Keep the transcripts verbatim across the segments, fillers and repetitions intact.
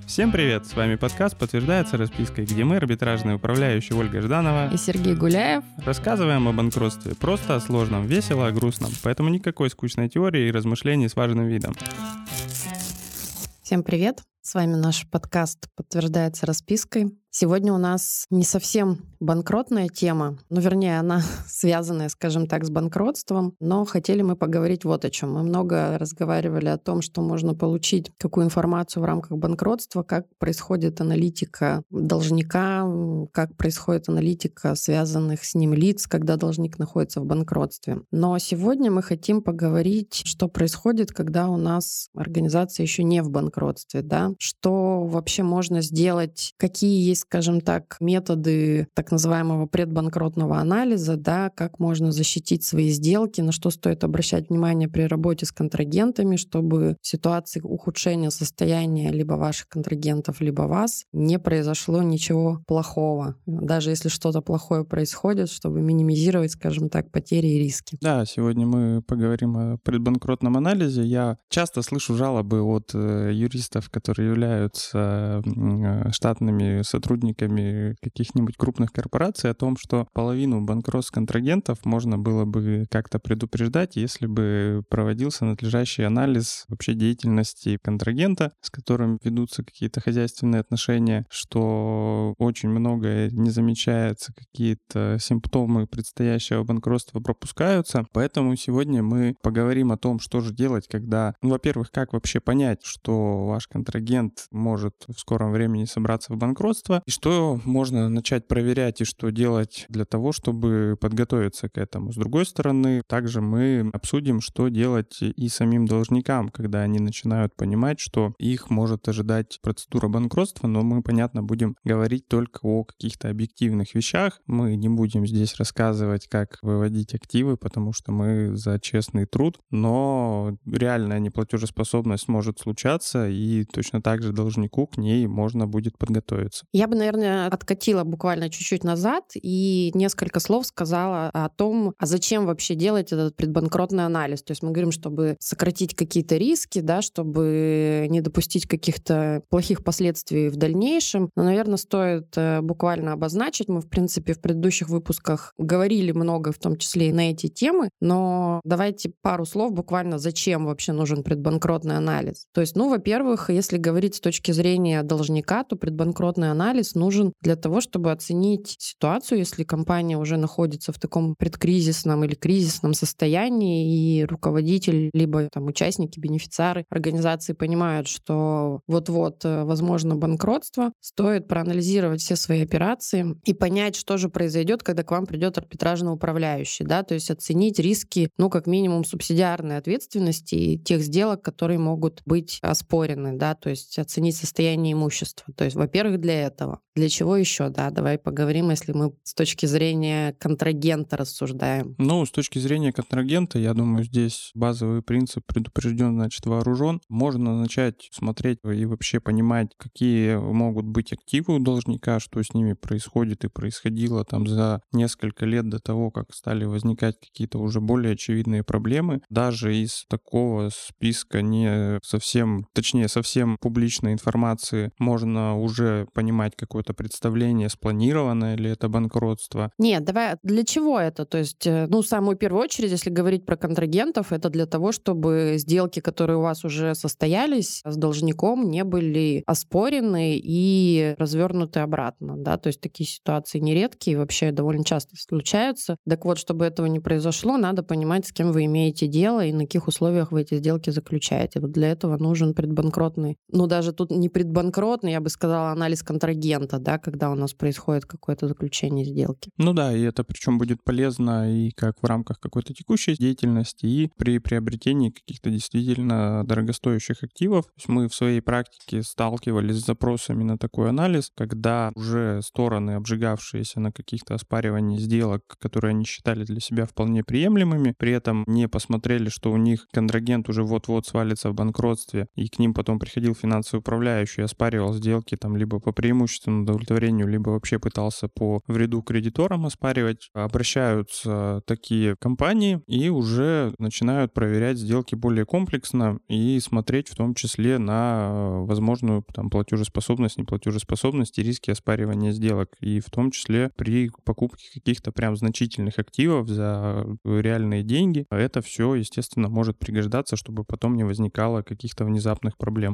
Всем привет! С вами подкаст «Подтверждается распиской», где мы, арбитражные управляющие Ольга Жданова и Сергей Гуляев, рассказываем о банкротстве просто, о сложном, весело, о грустном. Поэтому никакой скучной теории и размышлений с важным видом. Всем привет! С вами наш подкаст «Подтверждается распиской». Сегодня у нас не совсем банкротная тема, ну, вернее, она связанная, скажем так, с банкротством, но хотели мы поговорить вот о чем. Мы много разговаривали о том, что можно получить, какую информацию в рамках банкротства, как происходит аналитика должника, как происходит аналитика связанных с ним лиц, когда должник находится в банкротстве. Но сегодня мы хотим поговорить, что происходит, когда у нас организация еще не в банкротстве, да, что вообще можно сделать, какие есть, скажем так, методы так называемого предбанкротного анализа, да, как можно защитить свои сделки, на что стоит обращать внимание при работе с контрагентами, чтобы в ситуации ухудшения состояния либо ваших контрагентов, либо вас не произошло ничего плохого. Даже если что-то плохое происходит, чтобы минимизировать, скажем так, потери и риски. Да, сегодня мы поговорим о предбанкротном анализе. Я часто слышу жалобы от юристов, которые являются штатными сотрудниками каких-нибудь крупных корпораций, о том, что половину банкротств контрагентов можно было бы как-то предупреждать, если бы проводился надлежащий анализ вообще деятельности контрагента, с которым ведутся какие-то хозяйственные отношения, что очень многое не замечается, какие-то симптомы предстоящего банкротства пропускаются. Поэтому сегодня мы поговорим о том, что же делать, когда, ну, во-первых, как вообще понять, что ваш контрагент может в скором времени собраться в банкротство, и что можно начать проверять и что делать для того, чтобы подготовиться к этому. С другой стороны, также мы обсудим, что делать и самим должникам, когда они начинают понимать, что их может ожидать процедура банкротства, но мы, понятно, будем говорить только о каких-то объективных вещах. Мы не будем здесь рассказывать, как выводить активы, потому что мы за честный труд, но реальная неплатежеспособность может случаться, и точно так же должнику к ней можно будет подготовиться. Я бы, наверное, откатила буквально чуть-чуть назад и несколько слов сказала о том, а зачем вообще делать этот предбанкротный анализ. То есть мы говорим, чтобы сократить какие-то риски, да, чтобы не допустить каких-то плохих последствий в дальнейшем. Но, наверное, стоит буквально обозначить. Мы, в принципе, в предыдущих выпусках говорили много, в том числе и на эти темы, но давайте пару слов буквально, зачем вообще нужен предбанкротный анализ. То есть, ну, во-первых, если говорить с точки зрения должника, то предбанкротный анализ нужен для того, чтобы оценить ситуацию, если компания уже находится в таком предкризисном или кризисном состоянии, и руководитель, либо там участники, бенефициары организации понимают, что вот-вот возможно банкротство, стоит проанализировать все свои операции и понять, что же произойдет, когда к вам придет арбитражный управляющий, да, то есть оценить риски, ну, как минимум, субсидиарной ответственности и тех сделок, которые могут быть оспорены, да, то есть оценить состояние имущества. То есть, во-первых, для этого. Для чего еще, да? Давай поговорим, если мы с точки зрения контрагента рассуждаем. Ну, с точки зрения контрагента, я думаю, здесь базовый принцип «предупрежден, значит вооружен». Можно начать смотреть и вообще понимать, какие могут быть активы у должника, что с ними происходит и происходило там за несколько лет до того, как стали возникать какие-то уже более очевидные проблемы. Даже из такого списка не совсем, точнее, совсем публичной информации можно уже понимать какое-то представление, спланированное ли это банкротство. Нет, давай, для чего это? То есть, ну, в самую первую очередь, если говорить про контрагентов, это для того, чтобы сделки, которые у вас уже состоялись с должником, не были оспорены и развернуты обратно, да, то есть такие ситуации нередкие, вообще довольно часто случаются. Так вот, чтобы этого не произошло, надо понимать, с кем вы имеете дело и на каких условиях вы эти сделки заключаете. Вот для этого нужен предбанкротный, ну, даже тут не предбанкротный, я бы сказала, анализ контрагента, да, когда у нас происходит какое-то заключение сделки. Ну да, и это причем будет полезно и как в рамках какой-то текущей деятельности, и при приобретении каких-то действительно дорогостоящих активов. То есть мы в своей практике сталкивались с запросами на такой анализ, когда уже стороны, обжигавшиеся на каких-то оспариваниях сделок, которые они считали для себя вполне приемлемыми, при этом не посмотрели, что у них контрагент уже вот-вот свалится в банкротстве, и к ним потом приходил финансовый управляющий, оспаривал сделки там либо по преимущественному удовлетворению, либо вообще пытался пытаться по вреду кредиторам оспаривать, обращаются такие компании и уже начинают проверять сделки более комплексно и смотреть в том числе на возможную там платежеспособность, неплатежеспособность и риски оспаривания сделок. И в том числе при покупке каких-то прям значительных активов за реальные деньги. Это все, естественно, может пригождаться, чтобы потом не возникало каких-то внезапных проблем.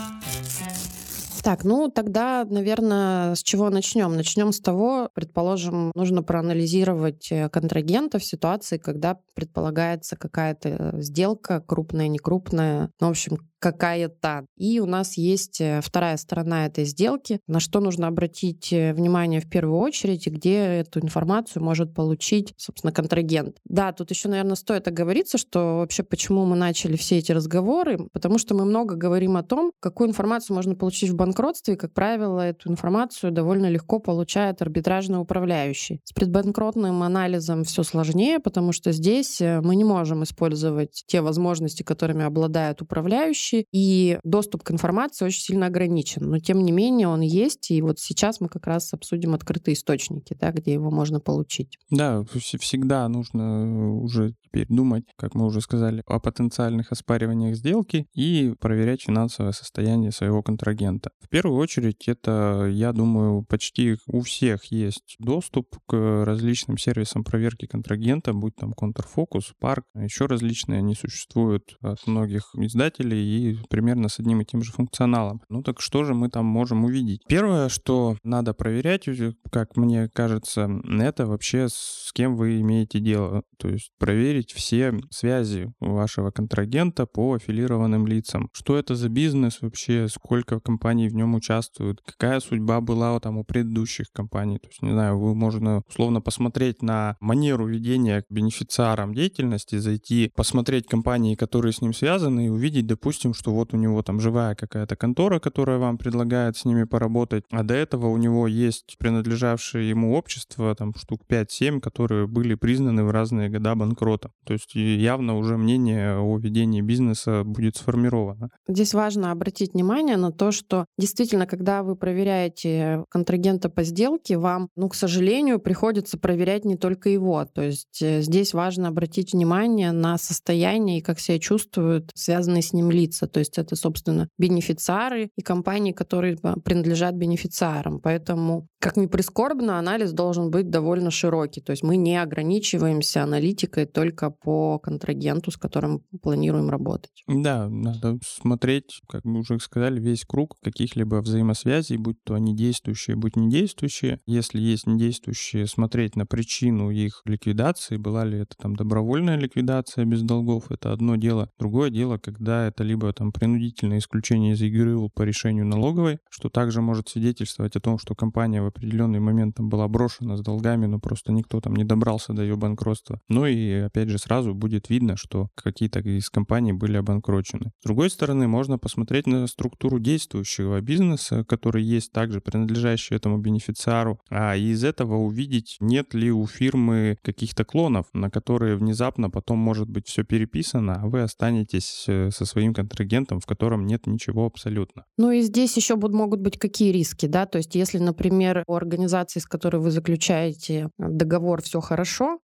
Так, ну тогда, наверное, с чего начнем? Начнем с того, предположим, нужно проанализировать контрагента в ситуации, когда предполагается какая-то сделка, крупная, некрупная, ну, в общем, какая-то. И у нас есть вторая сторона этой сделки, на что нужно обратить внимание в первую очередь, и где эту информацию может получить, собственно, контрагент. Да, тут еще, наверное, стоит оговориться, что вообще почему мы начали все эти разговоры, потому что мы много говорим о том, какую информацию можно получить в банкротстве, и, как правило, эту информацию довольно легко получает арбитражный управляющий. С предбанкротным анализом все сложнее, потому что здесь мы не можем использовать те возможности, которыми обладает управляющий, и доступ к информации очень сильно ограничен. Но, тем не менее, он есть, и вот сейчас мы как раз обсудим открытые источники, да, где его можно получить. Да, всегда нужно уже теперь думать, как мы уже сказали, о потенциальных оспариваниях сделки и проверять финансовое состояние своего контрагента. В первую очередь, это, я думаю, почти у всех есть доступ к различным сервисам проверки контрагента, будь там Контрфокус, Парк, еще различные, они существуют от многих издателей и примерно с одним и тем же функционалом. Ну так что же мы там можем увидеть? Первое, что надо проверять, как мне кажется, это вообще с кем вы имеете дело. То есть проверить все связи вашего контрагента по аффилированным лицам. Что это за бизнес вообще, сколько компаний в нем участвуют, какая судьба была там у предыдущих компаний. То есть, не знаю, вы можно условно посмотреть на манеру ведения бенефициаром деятельности, зайти, посмотреть компании, которые с ним связаны, и увидеть, допустим, что вот у него там живая какая-то контора, которая вам предлагает с ними поработать, а до этого у него есть принадлежавшие ему общества, там штук пять-семь, которые были признаны в разные года банкротом. То есть явно уже мнение о ведении бизнеса будет сформировано. Здесь важно обратить внимание на то, что действительно, когда вы проверяете контрагента по сделке, вам, ну, к сожалению, приходится проверять не только его. То есть здесь важно обратить внимание на состояние и как себя чувствуют связанные с ним лица. То есть это, собственно, бенефициары и компании, которые принадлежат бенефициарам. Поэтому, как ни прискорбно, анализ должен быть довольно широкий. То есть мы не ограничиваемся аналитикой только по контрагенту, с которым планируем работать. Да, надо смотреть, как мы уже сказали, весь круг каких-либо взаимосвязей, будь то они действующие, будь не действующие. Если есть недействующие, смотреть на причину их ликвидации, была ли это там добровольная ликвидация без долгов, это одно дело. Другое дело, когда это либо там принудительное исключение из игры по решению налоговой, что также может свидетельствовать о том, что компания в определенный момент там была брошена с долгами, но просто никто там не добрался до ее банкротства. Ну и опять же сразу будет видно, что какие-то из компаний были обанкрочены. С другой стороны, можно посмотреть на структуру действующего бизнеса, который есть также принадлежащий этому бенефициару, а из этого увидеть, нет ли у фирмы каких-то клонов, на которые внезапно потом может быть все переписано, а вы останетесь со своим контрагентом, в котором нет ничего абсолютно. Ну и здесь еще могут быть какие риски, да, то есть если, например, у организации, с которой вы заключаете договор, все хорошо,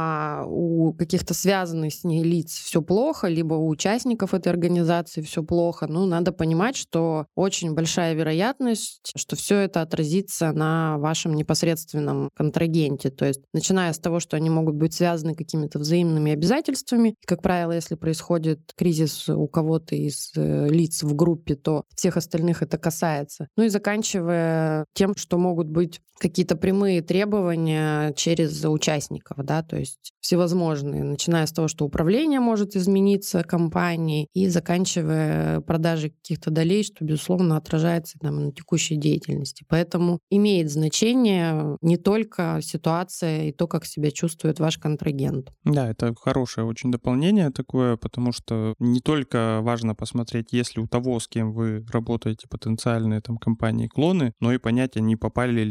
а у каких-то связанных с ней лиц все плохо, либо у участников этой организации все плохо, ну, надо понимать, что очень большая вероятность, что все это отразится на вашем непосредственном контрагенте. То есть, начиная с того, что они могут быть связаны какими-то взаимными обязательствами. Как правило, если происходит кризис у кого-то из лиц в группе, то всех остальных это касается. Ну и заканчивая тем, что могут быть какие-то прямые требования через участников, да, то есть всевозможные, начиная с того, что управление может измениться компанией, и заканчивая продажей каких-то долей, что, безусловно, отражается там на текущей деятельности. Поэтому имеет значение не только ситуация и то, как себя чувствует ваш контрагент. Да, это хорошее очень дополнение такое, потому что не только важно посмотреть, есть ли у того, с кем вы работаете, потенциальные там компании клоны, но и понять, а не попали ли вы на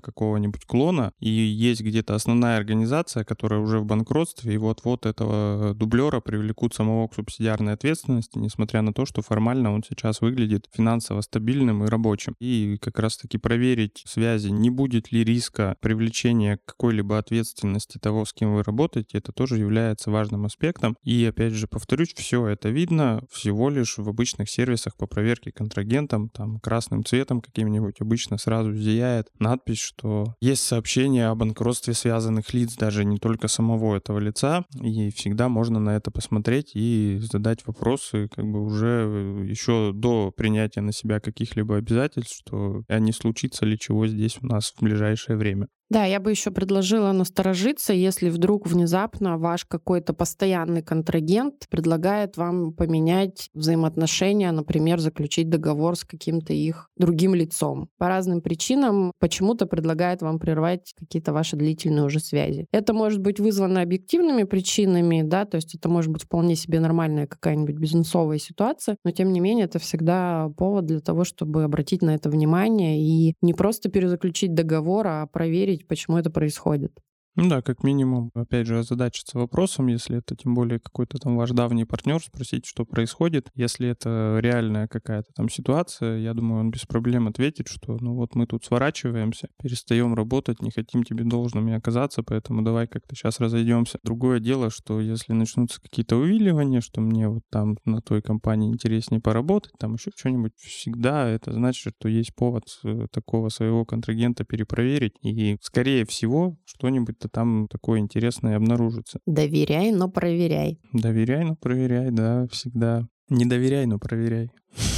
какого-нибудь клона, и есть где-то основная организация, которая уже в банкротстве, и вот-вот этого дублера привлекут самого к субсидиарной ответственности, несмотря на то, что формально он сейчас выглядит финансово стабильным и рабочим. И как раз-таки проверить связи, не будет ли риска привлечения какой-либо ответственности того, с кем вы работаете, это тоже является важным аспектом. И опять же, повторюсь, все это видно всего лишь в обычных сервисах по проверке контрагентам, там красным цветом каким-нибудь обычно сразу зияет надпись, что есть сообщение о банкротстве связанных лиц, даже не только самого этого лица, и всегда можно на это посмотреть и задать вопросы как бы уже еще до принятия на себя каких-либо обязательств, что а не случится ли чего здесь у нас в ближайшее время. Да, я бы еще предложила насторожиться, если вдруг внезапно ваш какой-то постоянный контрагент предлагает вам поменять взаимоотношения, например, заключить договор с каким-то их другим лицом. По разным причинам почему-то предлагает вам прервать какие-то ваши длительные уже связи. Это может быть вызвано объективными причинами, да, то есть это может быть вполне себе нормальная какая-нибудь бизнесовая ситуация, но тем не менее это всегда повод для того, чтобы обратить на это внимание и не просто перезаключить договор, а проверить, почему это происходит. Ну да, как минимум, опять же, озадачиться вопросом, если это тем более какой-то там ваш давний партнер, спросить, что происходит. Если это реальная какая-то там ситуация, я думаю, он без проблем ответит, что ну вот мы тут сворачиваемся, перестаем работать, не хотим тебе должными оказаться, поэтому давай как-то сейчас разойдемся. Другое дело, что если начнутся какие-то увиливания, что мне вот там на той компании интереснее поработать, там еще что-нибудь, всегда это значит, что есть повод такого своего контрагента перепроверить, и скорее всего что-нибудь там такое интересное обнаружится. Доверяй, но проверяй. Доверяй, но проверяй, да, всегда. Не доверяй, но проверяй.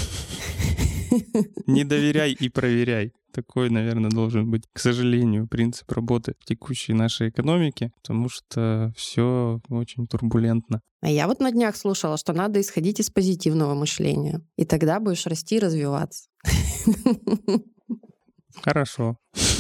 Не доверяй и проверяй. Такой, наверное, должен быть, к сожалению, принцип работы в текущей нашей экономике, потому что все очень турбулентно. А я вот на днях слушала, что надо исходить из позитивного мышления, и тогда будешь расти и развиваться. Хорошо.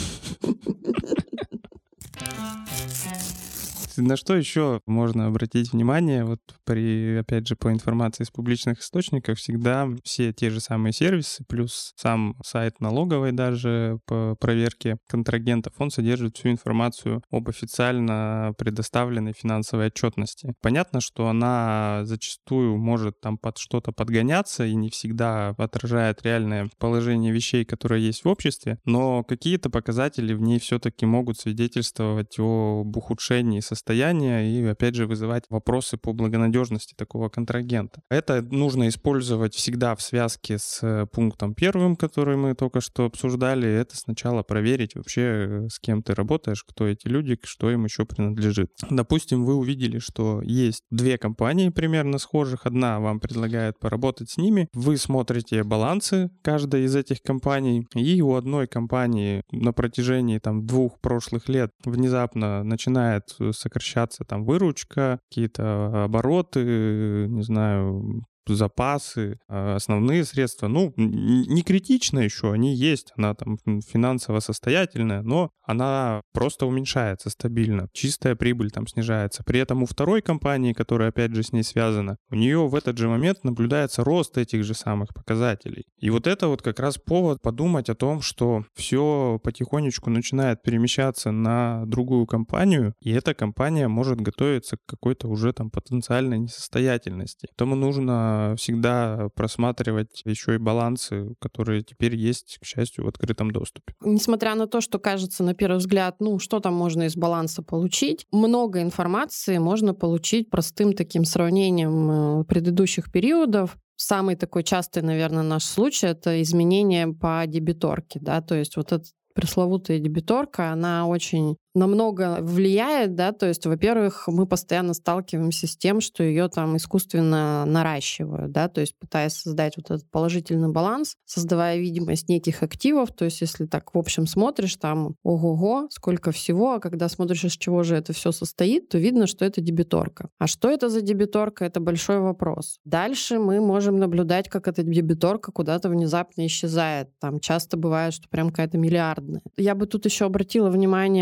На что еще можно обратить внимание? Вот при, опять же, по информации из публичных источников, всегда все те же самые сервисы, плюс сам сайт налоговой даже по проверке контрагентов, он содержит всю информацию об официально предоставленной финансовой отчетности. Понятно, что она зачастую может там под что-то подгоняться и не всегда отражает реальное положение вещей, которые есть в обществе, но какие-то показатели в ней все-таки могут свидетельствовать об ухудшении состояния и, опять же, вызывать вопросы по благонадежности такого контрагента. Это нужно использовать всегда в связке с пунктом первым, который мы только что обсуждали. Это сначала проверить вообще, с кем ты работаешь, кто эти люди, что им еще принадлежит. Допустим, вы увидели, что есть две компании примерно схожих. Одна вам предлагает поработать с ними. Вы смотрите балансы каждой из этих компаний, и у одной компании на протяжении там двух прошлых лет внезапно начинает сокращаться сокращаться там выручка, какие-то обороты, не знаю, запасы, основные средства. Ну, не критично еще, они есть, она там финансово состоятельная, но она просто уменьшается стабильно. Чистая прибыль там снижается. При этом у второй компании, которая опять же с ней связана, у нее в этот же момент наблюдается рост этих же самых показателей. И вот это вот как раз повод подумать о том, что все потихонечку начинает перемещаться на другую компанию, и эта компания может готовиться к какой-то уже там потенциальной несостоятельности. Поэтому нужно всегда просматривать еще и балансы, которые теперь есть, к счастью, в открытом доступе. Несмотря на то, что кажется на первый взгляд, ну, что там можно из баланса получить, много информации можно получить простым таким сравнением предыдущих периодов. Самый такой частый, наверное, наш случай — это изменения по дебиторке, да, то есть вот эта пресловутая дебиторка, она очень намного влияет, да, то есть, во-первых, мы постоянно сталкиваемся с тем, что ее там искусственно наращивают, да, то есть пытаясь создать вот этот положительный баланс, создавая видимость неких активов, то есть если так в общем смотришь, там ого-го, сколько всего, а когда смотришь, из чего же это все состоит, то видно, что это дебиторка. А что это за дебиторка, это большой вопрос. Дальше мы можем наблюдать, как эта дебиторка куда-то внезапно исчезает. Там часто бывает, что прям какая-то миллиардная. Я бы тут еще обратила внимание,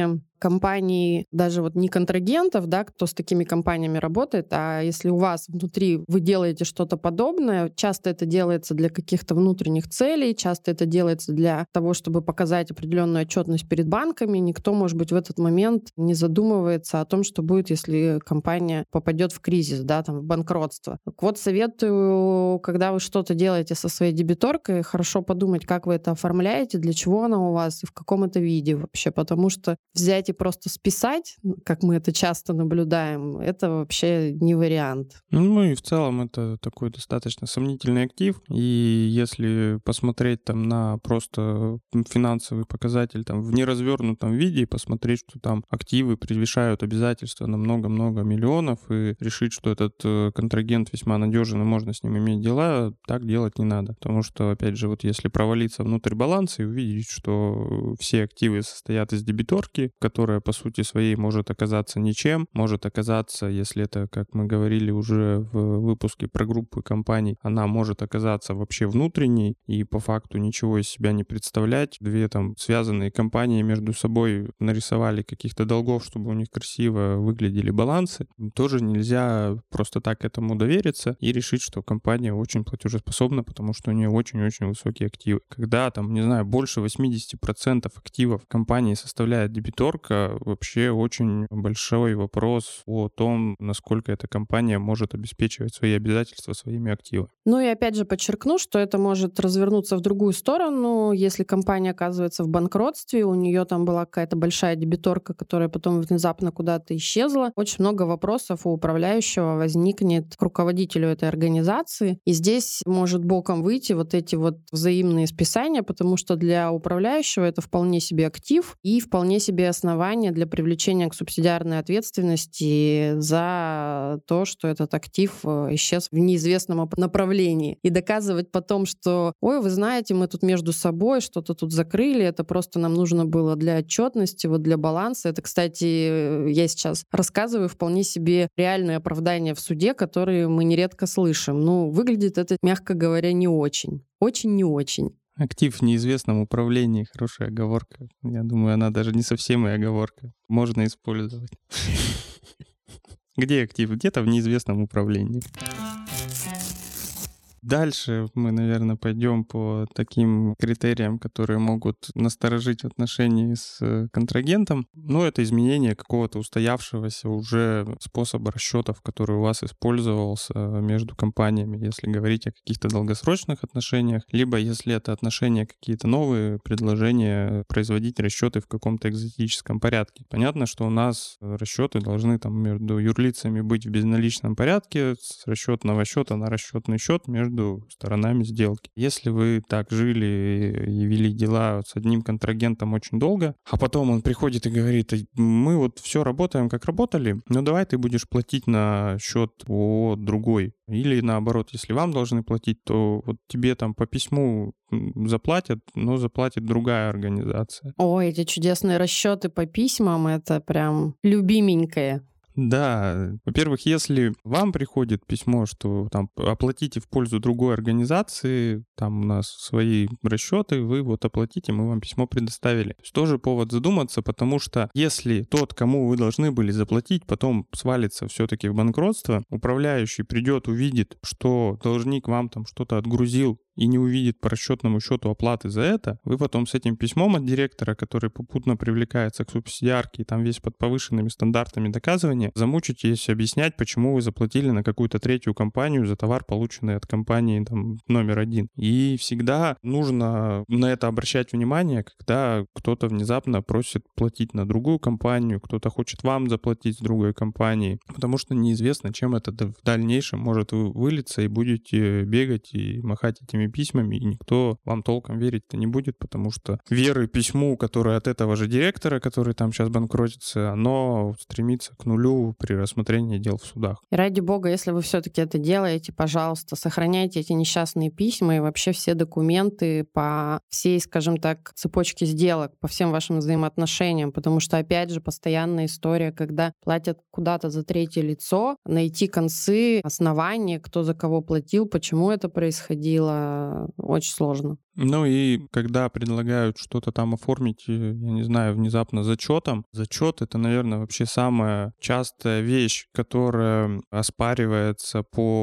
компаний, даже вот не контрагентов, да, кто с такими компаниями работает, а если у вас внутри вы делаете что-то подобное, часто это делается для каких-то внутренних целей, часто это делается для того, чтобы показать определенную отчетность перед банками. Никто, может быть, в этот момент не задумывается о том, что будет, если компания попадет в кризис, да, там, в банкротство. Так вот, советую, когда вы что-то делаете со своей дебиторкой, хорошо подумать, как вы это оформляете, для чего она у вас и в каком это виде вообще, потому что взять и просто списать, как мы это часто наблюдаем, это вообще не вариант. Ну и в целом это такой достаточно сомнительный актив, и если посмотреть там на просто финансовый показатель там в неразвернутом виде и посмотреть, что там активы превышают обязательства на много-много миллионов и решить, что этот контрагент весьма надежен и можно с ним иметь дела, так делать не надо. Потому что, опять же, вот если провалиться внутрь баланса и увидеть, что все активы состоят из дебиторки, которая по сути своей может оказаться ничем, может оказаться, если это, как мы говорили уже в выпуске про группы компаний, она может оказаться вообще внутренней и по факту ничего из себя не представлять. Две там связанные компании между собой нарисовали каких-то долгов, чтобы у них красиво выглядели балансы. Тоже нельзя просто так этому довериться и решить, что компания очень платежеспособна, потому что у нее очень-очень высокие активы. Когда там, не знаю, больше восемьдесят процентов активов компании составляет дебиторка, вообще очень большой вопрос о том, насколько эта компания может обеспечивать свои обязательства своими активами. Ну и опять же подчеркну, что это может развернуться в другую сторону, если компания оказывается в банкротстве, у нее там была какая-то большая дебиторка, которая потом внезапно куда-то исчезла. Очень много вопросов у управляющего возникнет к руководителю этой организации. И здесь может боком выйти вот эти вот взаимные списания, потому что для управляющего это вполне себе актив и вполне себе основание для привлечения к субсидиарной ответственности за то, что этот актив исчез в неизвестном направлении. И доказывать потом, что, ой, вы знаете, мы тут между собой что-то тут закрыли, это просто нам нужно было для отчетности, вот для баланса. Это, кстати, я сейчас рассказываю вполне себе реальные оправдания в суде, которые мы нередко слышим. Ну, выглядит это, мягко говоря, не очень. Очень не очень. Актив в неизвестном управлении — хорошая оговорка. Я думаю, она даже не совсем и оговорка. Можно использовать. Где актив? Где-то в неизвестном управлении. Дальше мы, наверное, пойдем по таким критериям, которые могут насторожить в отношении с контрагентом. Ну, это изменение какого-то устоявшегося уже способа расчетов, который у вас использовался между компаниями, если говорить о каких-то долгосрочных отношениях, либо если это отношения какие-то новые, предложения производить расчеты в каком-то экзотическом порядке. Понятно, что у нас расчеты должны там между юрлицами быть в безналичном порядке, с расчетного счета на расчетный счет между сторонами сделки. Если вы так жили и вели дела с одним контрагентом очень долго, а потом он приходит и говорит: мы вот все работаем, как работали, но давай ты будешь платить на счет ООО другой. Или наоборот, если вам должны платить, то вот тебе там по письму заплатят, но заплатит другая организация. Ой, эти чудесные расчеты по письмам — это прям любименькое. Да, во-первых, если вам приходит письмо, что там оплатите в пользу другой организации, там у нас свои расчеты, вы вот оплатите, мы вам письмо предоставили. То есть тоже повод задуматься, потому что если тот, кому вы должны были заплатить, потом свалится все-таки в банкротство, управляющий придет, увидит, что должник вам там что-то отгрузил и не увидит по расчетному счету оплаты за это, вы потом с этим письмом от директора, который попутно привлекается к субсидиарке, и там весь под повышенными стандартами доказывания, замучитесь объяснять, почему вы заплатили на какую-то третью компанию за товар, полученный от компании там номер один. И всегда нужно на это обращать внимание, когда кто-то внезапно просит платить на другую компанию, кто-то хочет вам заплатить с другой компании, потому что неизвестно, чем это в дальнейшем может вылиться, и будете бегать и махать этими письмами, и никто вам толком верить-то не будет, потому что веры письму, которое от этого же директора, который там сейчас банкротится, оно стремится к нулю при рассмотрении дел в судах. И ради бога, если вы все-таки это делаете, пожалуйста, сохраняйте эти несчастные письма и вообще все документы по всей, скажем так, цепочке сделок, по всем вашим взаимоотношениям, потому что, опять же, постоянная история, когда платят куда-то за третье лицо, найти концы, основания, кто за кого платил, почему это происходило, очень сложно. Ну и когда предлагают что-то там оформить, э, я не знаю, внезапно зачетом, зачет — это, наверное, вообще самая частая вещь, которая оспаривается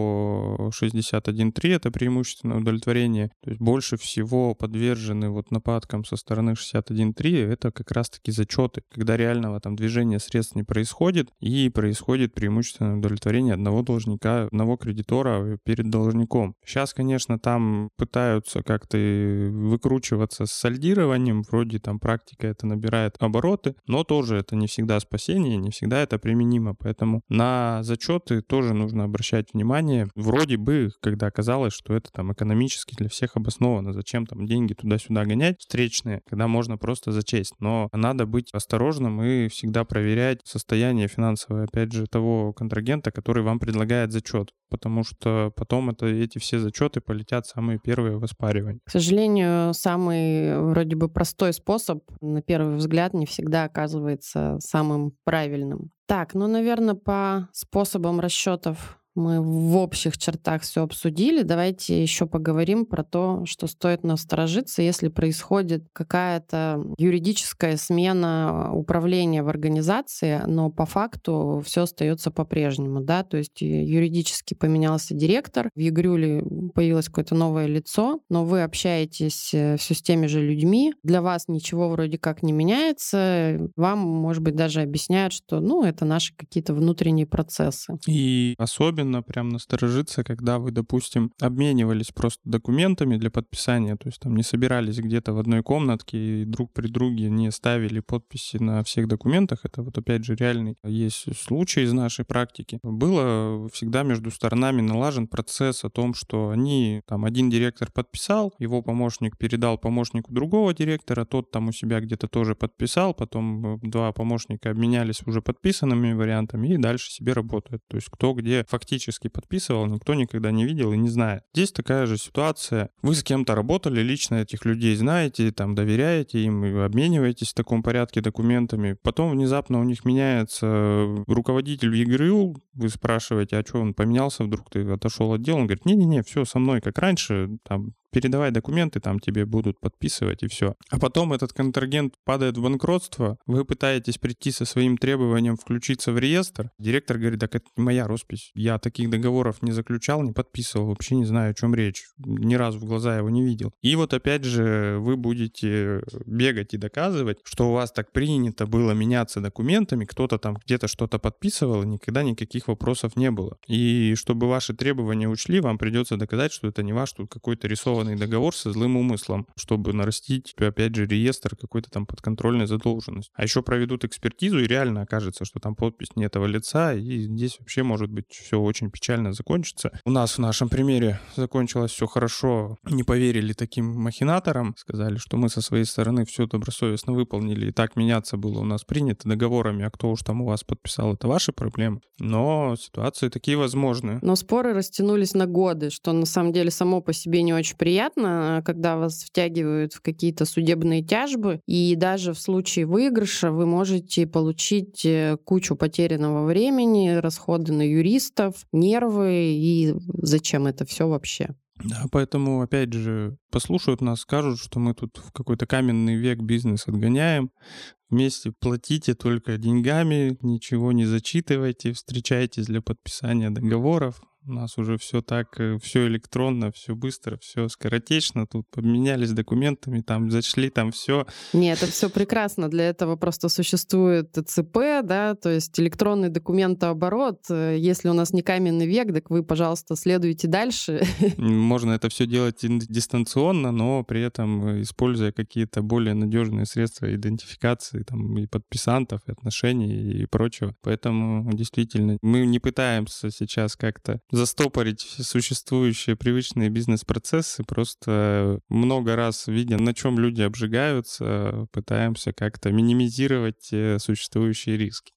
по шестьдесят один точка три, это преимущественное удовлетворение. То есть больше всего подвержены вот нападкам со стороны шестьдесят один точка три, это как раз-таки зачеты, когда реального там движения средств не происходит, и происходит преимущественное удовлетворение одного должника, одного кредитора перед должником. Сейчас, конечно, там пытаются как-то выкручиваться с сольдированием, вроде там практика это набирает обороты, но тоже это не всегда спасение, не всегда это применимо, поэтому на зачеты тоже нужно обращать внимание. Вроде бы, когда казалось, что это там экономически для всех обосновано, зачем там деньги туда-сюда гонять встречные, когда можно просто зачесть, но надо быть осторожным и всегда проверять состояние финансовое, опять же, того контрагента, который вам предлагает зачет, потому что потом это, эти все зачеты полетят самые первые в оспаривание. К сожалению, самый вроде бы простой способ, на первый взгляд, не всегда оказывается самым правильным. Так, ну, наверное, по способам расчетов мы в общих чертах все обсудили. Давайте еще поговорим про то, что стоит насторожиться, если происходит какая-то юридическая смена управления в организации, но по факту все остается по-прежнему, да, то есть юридически поменялся директор, в ЕГРЮЛе появилось какое-то новое лицо, но вы общаетесь все с теми же людьми, для вас ничего вроде как не меняется, вам, может быть, даже объясняют, что, ну, это наши какие-то внутренние процессы. И особенно прям насторожиться, когда вы, допустим, обменивались просто документами для подписания, то есть там не собирались где-то в одной комнатке и друг при друге не ставили подписи на всех документах. Это вот опять же реальный есть случай из нашей практики. Было всегда между сторонами налажен процесс о том, что они, там, один директор подписал, его помощник передал помощнику другого директора, тот там у себя где-то тоже подписал, потом два помощника обменялись уже подписанными вариантами и дальше себе работают. То есть кто где фактически подписывал, никто никогда не видел и не знает. Здесь такая же ситуация. Вы с кем-то работали, лично этих людей знаете, там доверяете им, и обмениваетесь в таком порядке документами. Потом внезапно у них меняется руководитель в ЕГРЮ, вы спрашиваете, а что он поменялся, вдруг ты отошел от дела? Он говорит, не-не-не, все со мной как раньше, там, передавай документы, там тебе будут подписывать и все. А потом этот контрагент падает в банкротство, вы пытаетесь прийти со своим требованием включиться в реестр, директор говорит, так это не моя роспись, я таких договоров не заключал, не подписывал, вообще не знаю, о чем речь, ни разу в глаза его не видел. И вот опять же вы будете бегать и доказывать, что у вас так принято было меняться документами, кто-то там где-то что-то подписывал, и никогда никаких вопросов не было. И чтобы ваши требования учли, вам придется доказать, что это не ваш тут какой-то рисованный договор со злым умыслом, чтобы нарастить, опять же, реестр какой-то там подконтрольной задолженности. А еще проведут экспертизу, и реально окажется, что там подпись не этого лица, и здесь вообще может быть все очень печально закончится. У нас в нашем примере закончилось все хорошо, не поверили таким махинаторам, сказали, что мы со своей стороны все добросовестно выполнили, и так меняться было у нас принято договорами, а кто уж там у вас подписал, это ваши проблемы. Но ситуации такие возможны. Но споры растянулись на годы, что на самом деле само по себе не очень приятно, когда вас втягивают в какие-то судебные тяжбы, и даже в случае выигрыша вы можете получить кучу потерянного времени, расходы на юристов, нервы, и зачем это все вообще? Да, поэтому, опять же, послушают нас, скажут, что мы тут в какой-то каменный век бизнес отгоняем. Вместе платите только деньгами, ничего не зачитывайте, встречайтесь для подписания договоров. У нас уже все так, все электронно, все быстро, все скоротечно. Тут поменялись документами, там зашли, там все. Нет, это все прекрасно. Для этого просто существует ЦП, да, то есть электронный документооборот. Если у нас не каменный век, так вы, пожалуйста, следуйте дальше. Можно это все делать дистанционно, но при этом используя какие-то более надежные средства идентификации там, и подписантов, и отношений, и прочего. Поэтому действительно мы не пытаемся сейчас как-то застопорить все существующие привычные бизнес-процессы, просто много раз видя, на чем люди обжигаются, пытаемся как-то минимизировать существующие риски.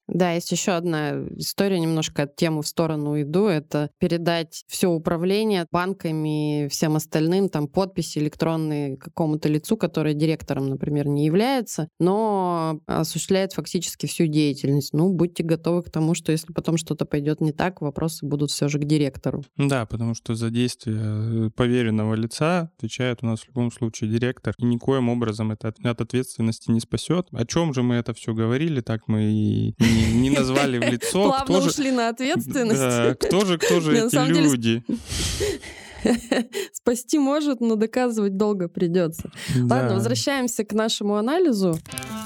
Да, есть еще одна история, немножко от темы в сторону уйду, это передать все управление банками, всем остальным, там подписи электронные какому-то лицу, которое директором, например, не является, но осуществляет фактически всю деятельность. Ну, будьте готовы к тому, что если потом что-то пойдет не так, вопросы будут все же к директору. Да, потому что за действие поверенного лица отвечает у нас в любом случае директор, и никоим образом это от ответственности не спасет. О чем же мы это все говорили, так мы и не, не назвали в лицо. Плавно ушли на ответственность. Да, кто же, кто же эти люди? Спасти может, но доказывать долго придется. Да. Ладно, возвращаемся к нашему анализу.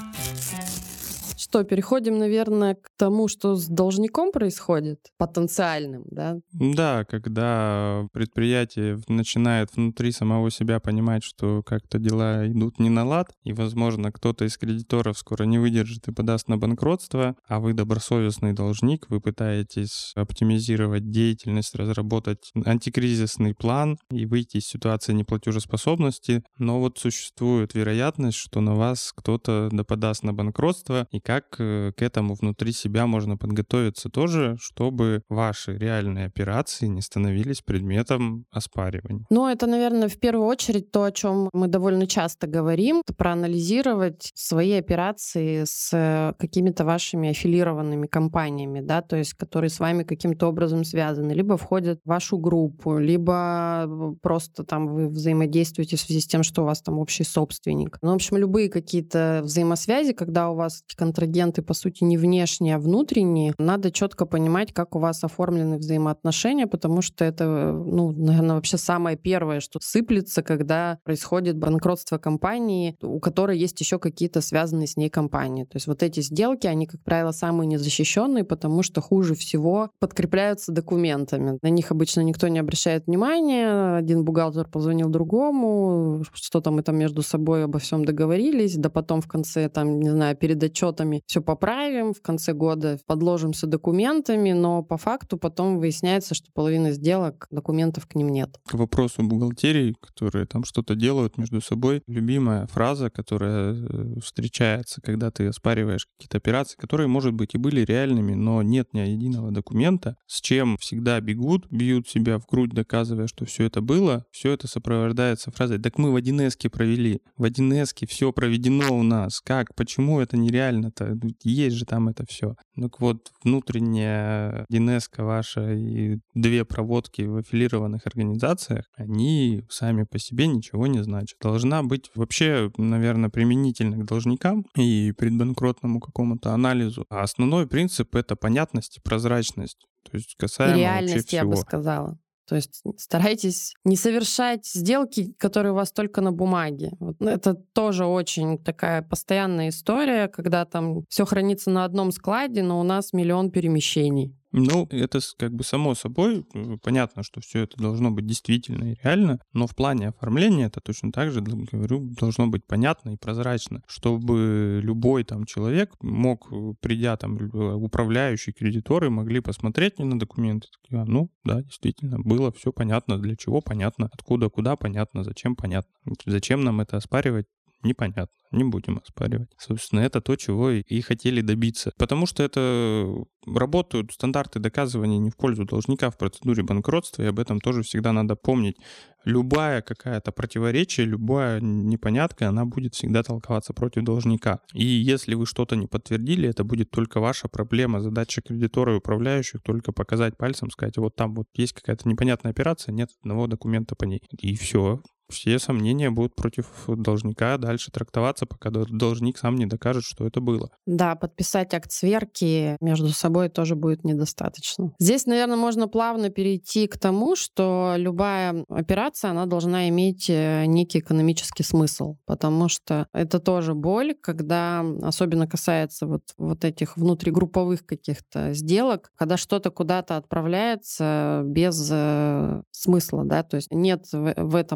Что, переходим, наверное, к тому, что с должником происходит, потенциальным, да? Да, когда предприятие начинает внутри самого себя понимать, что как-то дела идут не на лад, и, возможно, кто-то из кредиторов скоро не выдержит и подаст на банкротство, а вы добросовестный должник, вы пытаетесь оптимизировать деятельность, разработать антикризисный план и выйти из ситуации неплатежеспособности, но вот существует вероятность, что на вас кто-то подаст на банкротство, и как к этому внутри себя можно подготовиться тоже, чтобы ваши реальные операции не становились предметом оспаривания? Ну, это, наверное, в первую очередь то, о чем мы довольно часто говорим, это проанализировать свои операции с какими-то вашими аффилированными компаниями, да, то есть которые с вами каким-то образом связаны, либо входят в вашу группу, либо просто там вы взаимодействуете в связи с тем, что у вас там общий собственник. Ну, в общем, любые какие-то взаимосвязи, когда у вас контрагенты, по сути, не внешние, а внутренние, надо четко понимать, как у вас оформлены взаимоотношения, потому что это, ну, наверное, вообще самое первое, что сыплется, когда происходит банкротство компании, у которой есть еще какие-то связанные с ней компании. То есть вот эти сделки, они, как правило, самые незащищенные, потому что хуже всего подкрепляются документами. На них обычно никто не обращает внимания. Один бухгалтер позвонил другому, что-то мы там между собой обо всем договорились, да потом в конце, там, не знаю, перед отчетами все поправим, в конце года подложимся документами, но по факту потом выясняется, что половина сделок, документов к ним нет. К вопросу бухгалтерии, которые там что-то делают между собой, любимая фраза, которая встречается, когда ты оспариваешь какие-то операции, которые, может быть, и были реальными, но нет ни единого документа, с чем всегда бегут, бьют себя в грудь, доказывая, что все это было, все это сопровождается фразой: так мы в один эс-ке провели, в один эс-ке все проведено у нас, как, почему это нереально-то? Есть же там это все. Так вот, внутренняя один эс-ка ваша и две проводки в аффилированных организациях, они сами по себе ничего не значат. Должна быть вообще, наверное, применительно к должникам и предбанкротному какому-то анализу. А основной принцип — это понятность и прозрачность. То есть касаемо и реальность, вообще всего. Я бы сказала. То есть старайтесь не совершать сделки, которые у вас только на бумаге. Вот это тоже очень такая постоянная история, когда там все хранится на одном складе, но у нас миллион перемещений. Ну, это как бы само собой. Понятно, что все это должно быть действительно и реально, но в плане оформления это точно так же, говорю, должно быть понятно и прозрачно, чтобы любой там человек мог, придя там, управляющий, кредиторы могли посмотреть на документы, такие: а, ну, да, действительно, было все понятно, для чего понятно, откуда, куда понятно, зачем понятно. Зачем нам это оспаривать? Непонятно, не будем оспаривать. Собственно, это то, чего и хотели добиться. Потому что это работают стандарты доказывания не в пользу должника в процедуре банкротства, и об этом тоже всегда надо помнить. Любая какая-то противоречие, любая непонятка, она будет всегда толковаться против должника. И если вы что-то не подтвердили, это будет только ваша проблема. Задача кредитора и управляющих только показать пальцем, сказать: вот там вот есть какая-то непонятная операция, нет одного документа по ней. И все. Все сомнения будут против должника дальше трактоваться, пока должник сам не докажет, что это было. Да, подписать акт сверки между собой тоже будет недостаточно. Здесь, наверное, можно плавно перейти к тому, что любая операция, она должна иметь некий экономический смысл, потому что это тоже боль, когда особенно касается вот, вот этих внутригрупповых каких-то сделок, когда что-то куда-то отправляется без э, смысла, да, то есть нет в, в этом смысла,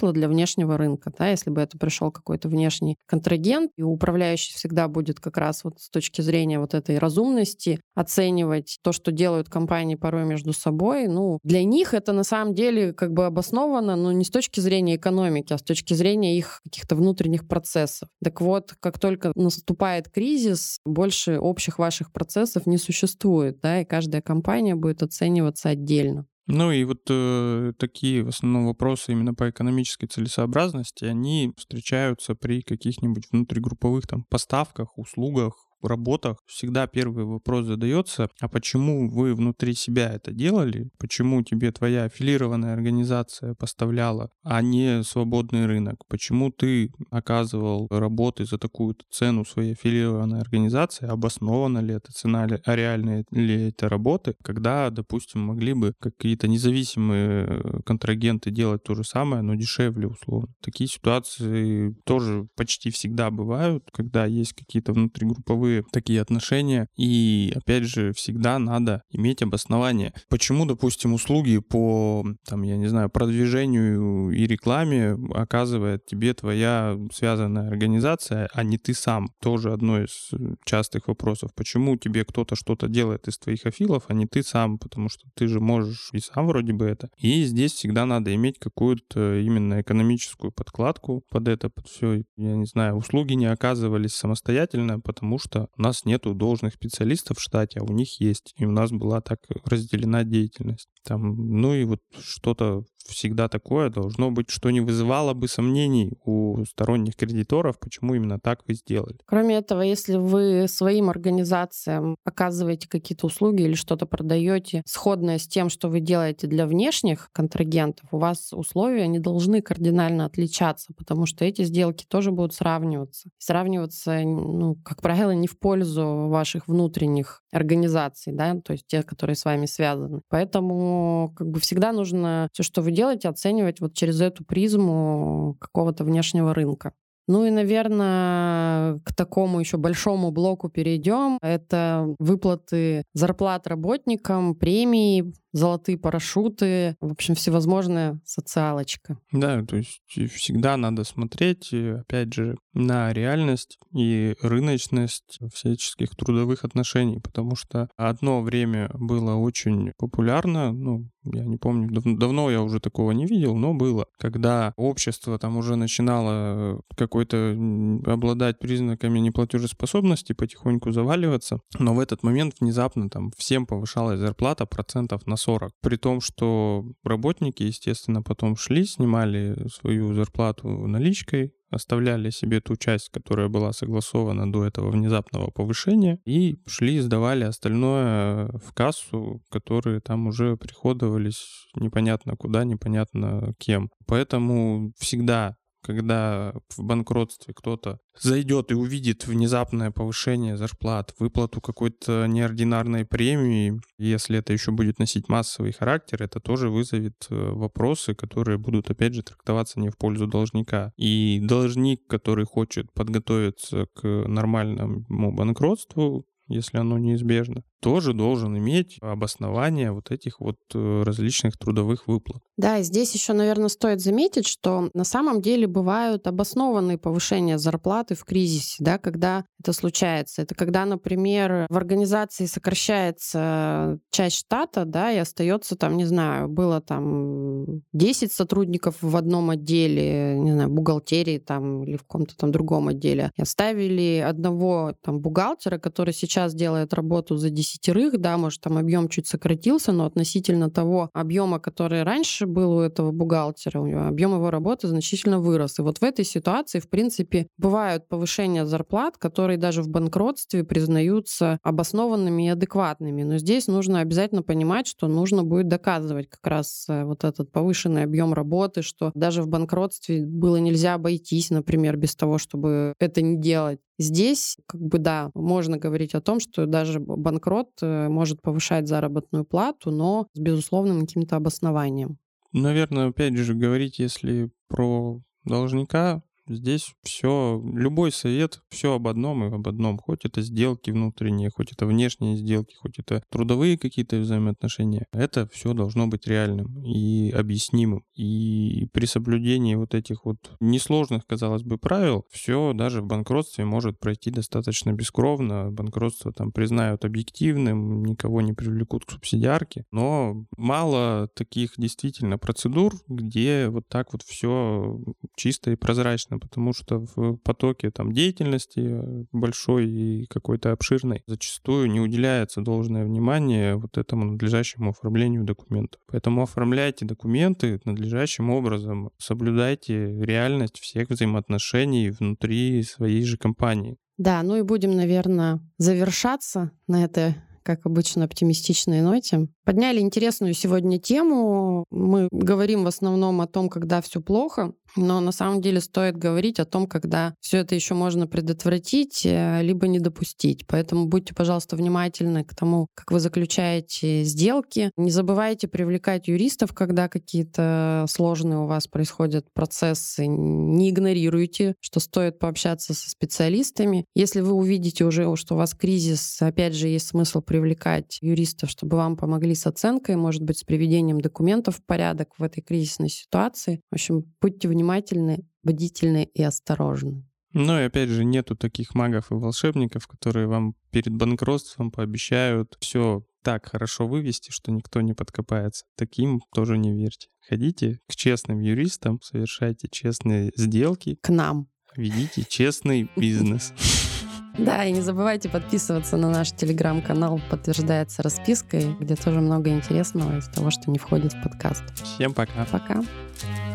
смысла для внешнего рынка. Да? Если бы это пришел какой-то внешний контрагент, и управляющий всегда будет как раз вот с точки зрения вот этой разумности оценивать то, что делают компании порой между собой. Ну, для них это на самом деле как бы обосновано, но не с точки зрения экономики, а с точки зрения их каких-то внутренних процессов. Так вот, как только наступает кризис, больше общих ваших процессов не существует, да, и каждая компания будет оцениваться отдельно. Ну и вот э, такие в основном вопросы именно по экономической целесообразности, они встречаются при каких-нибудь внутригрупповых там поставках, услугах, работах. Всегда первый вопрос задается: а почему вы внутри себя это делали? Почему тебе твоя аффилированная организация поставляла, а не свободный рынок? Почему ты оказывал работы за такую-то цену своей аффилированной организации? Обоснована ли эта цена, а реальные ли это работы? Когда, допустим, могли бы какие-то независимые контрагенты делать то же самое, но дешевле условно. Такие ситуации тоже почти всегда бывают, когда есть какие-то внутригрупповые такие отношения. И, опять же, всегда надо иметь обоснование. Почему, допустим, услуги по, там, я не знаю, продвижению и рекламе оказывает тебе твоя связанная организация, а не ты сам? Тоже одно из частых вопросов. Почему тебе кто-то что-то делает из твоих афилов, а не ты сам? Потому что ты же можешь и сам вроде бы это. И здесь всегда надо иметь какую-то именно экономическую подкладку под это, под все. Я не знаю, услуги не оказывались самостоятельно, потому что у нас нету должных специалистов в штате, а у них есть. И у нас была так разделена деятельность. Там, ну и вот что-то всегда такое должно быть, что не вызывало бы сомнений у сторонних кредиторов, почему именно так вы сделали. Кроме этого, если вы своим организациям оказываете какие-то услуги или что-то продаете, сходное с тем, что вы делаете для внешних контрагентов, у вас условия не должны кардинально отличаться, потому что эти сделки тоже будут сравниваться. Сравниваться, ну, как правило, не в пользу ваших внутренних организаций, да, то есть те, которые с вами связаны. Поэтому как бы всегда нужно все, что вы делаете, оценивать вот через эту призму какого-то внешнего рынка. Ну и, наверное, к такому еще большому блоку перейдем. Это выплаты зарплат работникам, премии, золотые парашюты, в общем, всевозможная социалочка. Да, то есть всегда надо смотреть, опять же, на реальность и рыночность всяческих трудовых отношений, потому что одно время было очень популярно, ну, я не помню, дав- давно я уже такого не видел, но было, когда общество там уже начинало какой-то м, обладать признаками неплатежеспособности, потихоньку заваливаться, но в этот момент внезапно там всем повышалась зарплата процентов на сорок, при том, что работники, естественно, потом шли, снимали свою зарплату наличкой, оставляли себе ту часть, которая была согласована до этого внезапного повышения, и шли, сдавали остальное в кассу, которые там уже приходовались непонятно куда, непонятно кем. Поэтому всегда, когда в банкротстве кто-то зайдет и увидит внезапное повышение зарплат, выплату какой-то неординарной премии, если это еще будет носить массовый характер, это тоже вызовет вопросы, которые будут, опять же, трактоваться не в пользу должника. И должник, который хочет подготовиться к нормальному банкротству, если оно неизбежно, тоже должен иметь обоснование вот этих вот различных трудовых выплат. Да, и здесь еще, наверное, стоит заметить, что на самом деле бывают обоснованные повышения зарплаты в кризисе, да, когда это случается. Это когда, например, в организации сокращается часть штата, да, и остается там, не знаю, было там десять сотрудников в одном отделе, не знаю, бухгалтерии там или в каком-то там другом отделе. И оставили одного там бухгалтера, который сейчас делает работу за десятерых, да, может, там объем чуть сократился, но относительно того объема, который раньше был у этого бухгалтера, у него объем его работы значительно вырос. И вот в этой ситуации, в принципе, бывают повышения зарплат, которые даже в банкротстве признаются обоснованными и адекватными. Но здесь нужно обязательно понимать, что нужно будет доказывать как раз вот этот повышенный объем работы, что даже в банкротстве было нельзя обойтись, например, без того, чтобы это не делать. Здесь, как бы, да, можно говорить о том, что даже банкрот может повышать заработную плату, но с безусловным каким-то обоснованием. Наверное, опять же, говорить, если про должника, Здесь все, любой совет, все об одном и об одном. Хоть это сделки внутренние, хоть это внешние сделки, хоть это трудовые какие-то взаимоотношения. Это все должно быть реальным и объяснимым. И при соблюдении вот этих вот несложных, казалось бы, правил, все даже в банкротстве может пройти достаточно бескровно. Банкротство там признают объективным, никого не привлекут к субсидиарке. Но мало таких действительно процедур, где вот так вот все чисто и прозрачно, потому что в потоке там деятельности большой и какой-то обширной зачастую не уделяется должное внимание вот этому надлежащему оформлению документов. Поэтому оформляйте документы надлежащим образом, соблюдайте реальность всех взаимоотношений внутри своей же компании. Да, ну и будем, наверное, завершаться на этой, как обычно, оптимистичной ноте. Подняли интересную сегодня тему. Мы говорим в основном о том, когда все плохо, но на самом деле стоит говорить о том, когда все это еще можно предотвратить, либо не допустить. Поэтому будьте, пожалуйста, внимательны к тому, как вы заключаете сделки. Не забывайте привлекать юристов, когда какие-то сложные у вас происходят процессы. Не игнорируйте, что стоит пообщаться со специалистами. Если вы увидите уже, что у вас кризис, опять же, есть смысл привлекать юристов, чтобы вам помогли с оценкой, может быть, с приведением документов в порядок в этой кризисной ситуации. В общем, будьте внимательны, бдительны и осторожны. Ну и опять же, нету таких магов и волшебников, которые вам перед банкротством пообещают все так хорошо вывести, что никто не подкопается. Таким тоже не верьте. Ходите к честным юристам, совершайте честные сделки. К нам. Ведите честный бизнес. Да, и не забывайте подписываться на наш телеграм-канал «Подтверждается распиской», где тоже много интересного из того, что не входит в подкаст. Всем пока. Пока.